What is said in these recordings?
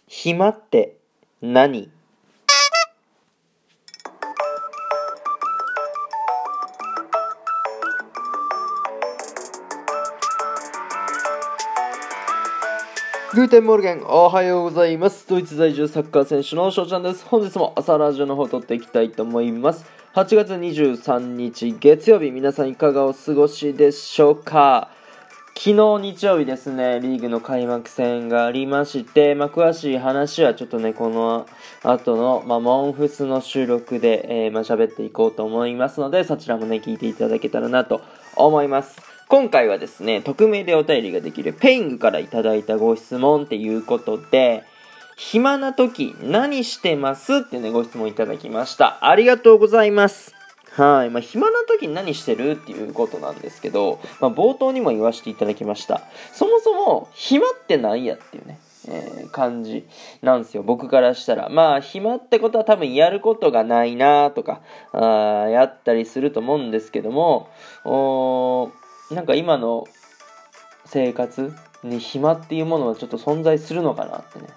暇って何？グーテンモルゲン、おはようございます。ドイツ在住サッカー選手の翔ちゃんです。本日も朝ラジオの方を撮っていきたいと思います。8月23日月曜日、皆さんいかがお過ごしでしょうか。昨日日曜日ですね、リーグの開幕戦がありまして、詳しい話はちょっとね、この後の、モンフスの収録で、喋っていこうと思いますので、そちらもね、聞いていただけたらなと思います。今回はですね、匿名でお便りができるペイングからいただいたご質問っていうことで、暇な時何してますってね、ご質問いただきました。ありがとうございます。はい。暇な時に何してるっていうことなんですけど、冒頭にも言わせていただきました。そもそも、暇って何やっていうね、感じなんですよ。僕からしたら。暇ってことは多分やることがないなとか、やったりすると思うんですけども、なんか今の生活に暇っていうものはちょっと存在するのかなってね、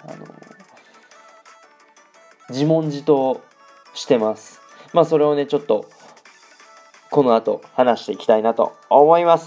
自問自答してます。それをね、ちょっとこの後話していきたいなと思います。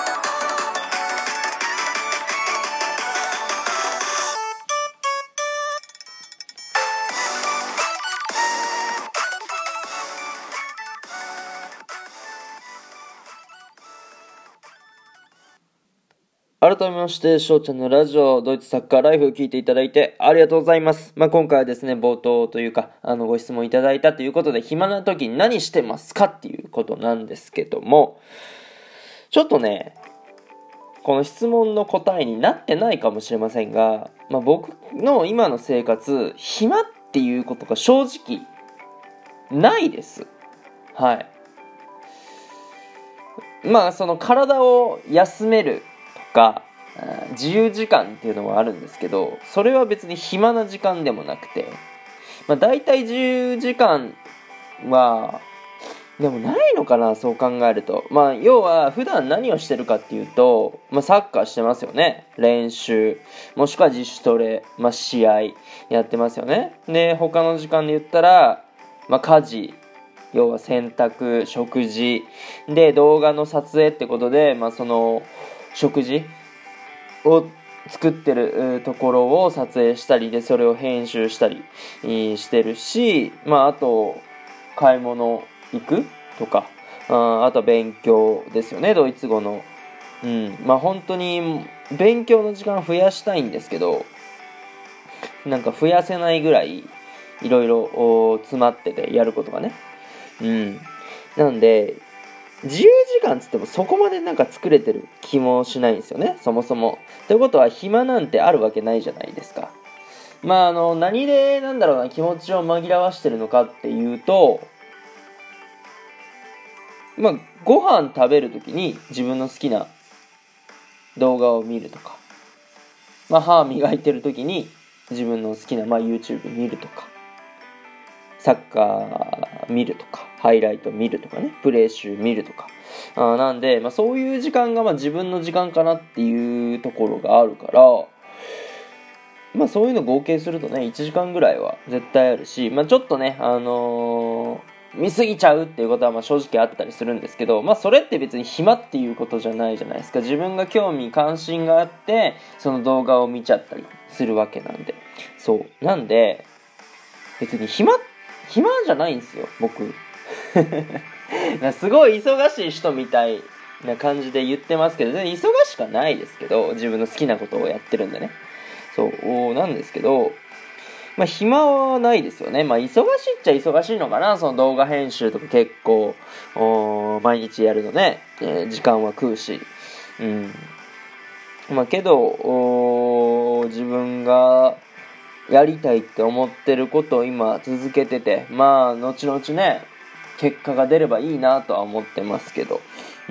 改めまして、翔ちゃんのラジオ、ドイツサッカーライフを聞いていただいてありがとうございます。今回はですね、冒頭というか、ご質問いただいたということで、暇な時に何してますかっていうことなんですけども、ちょっとね、この質問の答えになってないかもしれませんが、僕の今の生活、暇っていうことが正直ないです。はい。その体を休めるとか、自由時間っていうのはあるんですけど、それは別に暇な時間でもなくて、大体自由時間は、でもないのかな、そう考えると。要は普段何をしてるかっていうと、サッカーしてますよね。練習、もしくは自主トレ、試合やってますよね。で、他の時間で言ったら、家事、要は洗濯、食事で、動画の撮影ってことで、その食事を作ってるところを撮影したりで、それを編集したりしてるし、あと買い物行くとか、あとは勉強ですよね、ドイツ語の。本当に勉強の時間増やしたいんですけど、なんか増やせないぐらいいろいろ詰まってて、やることがね。なんで、自由時間つってもそこまでなんか作れてる気もしないんですよね、そもそも。ということは暇なんてあるわけないじゃないですか。何で気持ちを紛らわしてるのかっていうと、ご飯食べるときに自分の好きな動画を見るとか、歯磨いてるときに自分の好きなYouTube 見るとか、サッカー見るとか、ハイライト見るとかね、プレー集見るとか。なんで、そういう時間が自分の時間かなっていうところがあるから、そういうの合計するとね、1時間ぐらいは絶対あるし、ちょっとね、見すぎちゃうっていうことは正直あったりするんですけど、それって別に暇っていうことじゃないじゃないですか。自分が興味関心があってその動画を見ちゃったりするわけなんで、そうなんで別に暇じゃないんですよ、僕。すごい忙しい人みたいな感じで言ってますけど、全然忙しくないですけど、自分の好きなことをやってるんでね。そうなんですけど、暇はないですよね。忙しいっちゃ忙しいのかな。その動画編集とか結構毎日やるのね、時間は食うし、けど自分がやりたいって思ってることを今続けてて、後々ね結果が出ればいいなとは思ってますけど、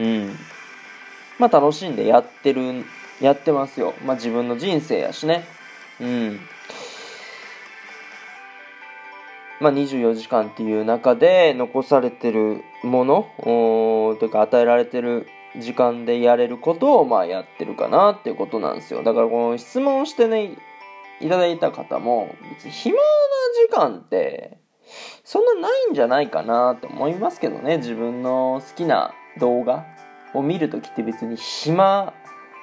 楽しんでやってますよ。自分の人生やしね。24時間っていう中で残されてるものというか与えられてる時間でやれることをやってるかなっていうことなんですよ。だからこの質問してねいただいた方も別に暇な時間ってそんなないんじゃないかなと思いますけどね。自分の好きな動画を見るときって別に暇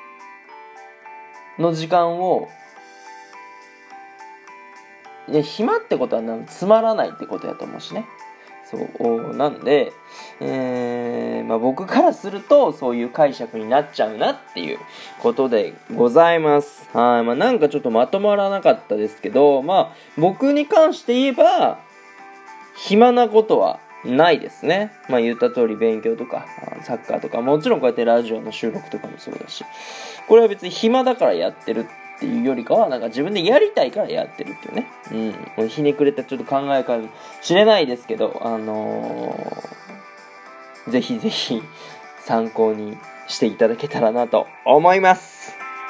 の時間を暇ってことはつまらないってことやと思うしね。そうなんで、僕からするとそういう解釈になっちゃうなっていうことでございます。はい。なんかちょっとまとまらなかったですけど、僕に関して言えば暇なことはないですね。言った通り勉強とかサッカーとか、もちろんこうやってラジオの収録とかもそうだし、これは別に暇だからやってるっていうよりかは、なんか自分でやりたいからやってるっていうね。ひねくれたちょっと考えかもしれないですけど、ぜひぜひ参考にしていただけたらなと思います。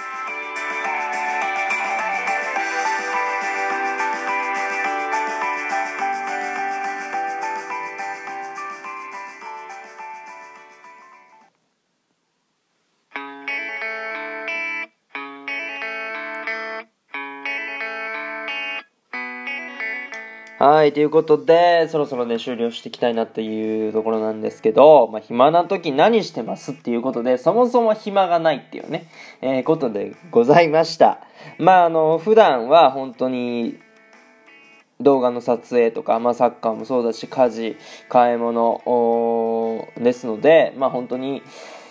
はい、ということで、そろそろね、終了していきたいなというところなんですけど、暇な時何してますっていうことで、そもそも暇がないっていうね、ことでございました。普段は本当に、動画の撮影とか、サッカーもそうだし、家事、買い物ですので、本当に、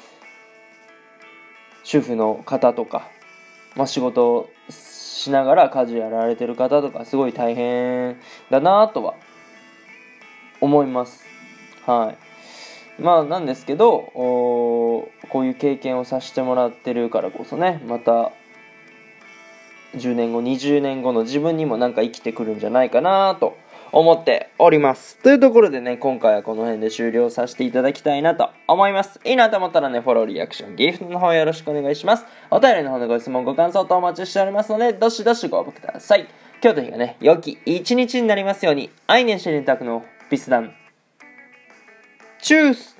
主婦の方とか、仕事しながら家事やられてる方とかすごい大変だなとは思います。はい。なんですけど、こういう経験をさせてもらってるからこそね、また10年後20年後の自分にもなんか生きてくるんじゃないかなと思っております。というところでね、今回はこの辺で終了させていただきたいなと思います。いいなと思ったらね、フォロー、リアクション、ギフトの方よろしくお願いします。お便りの方のご質問、ご感想とお待ちしておりますので、どしどしご応募ください。今日という日がね、良き一日になりますように、アイネンシェリンタクのビスダン。チュース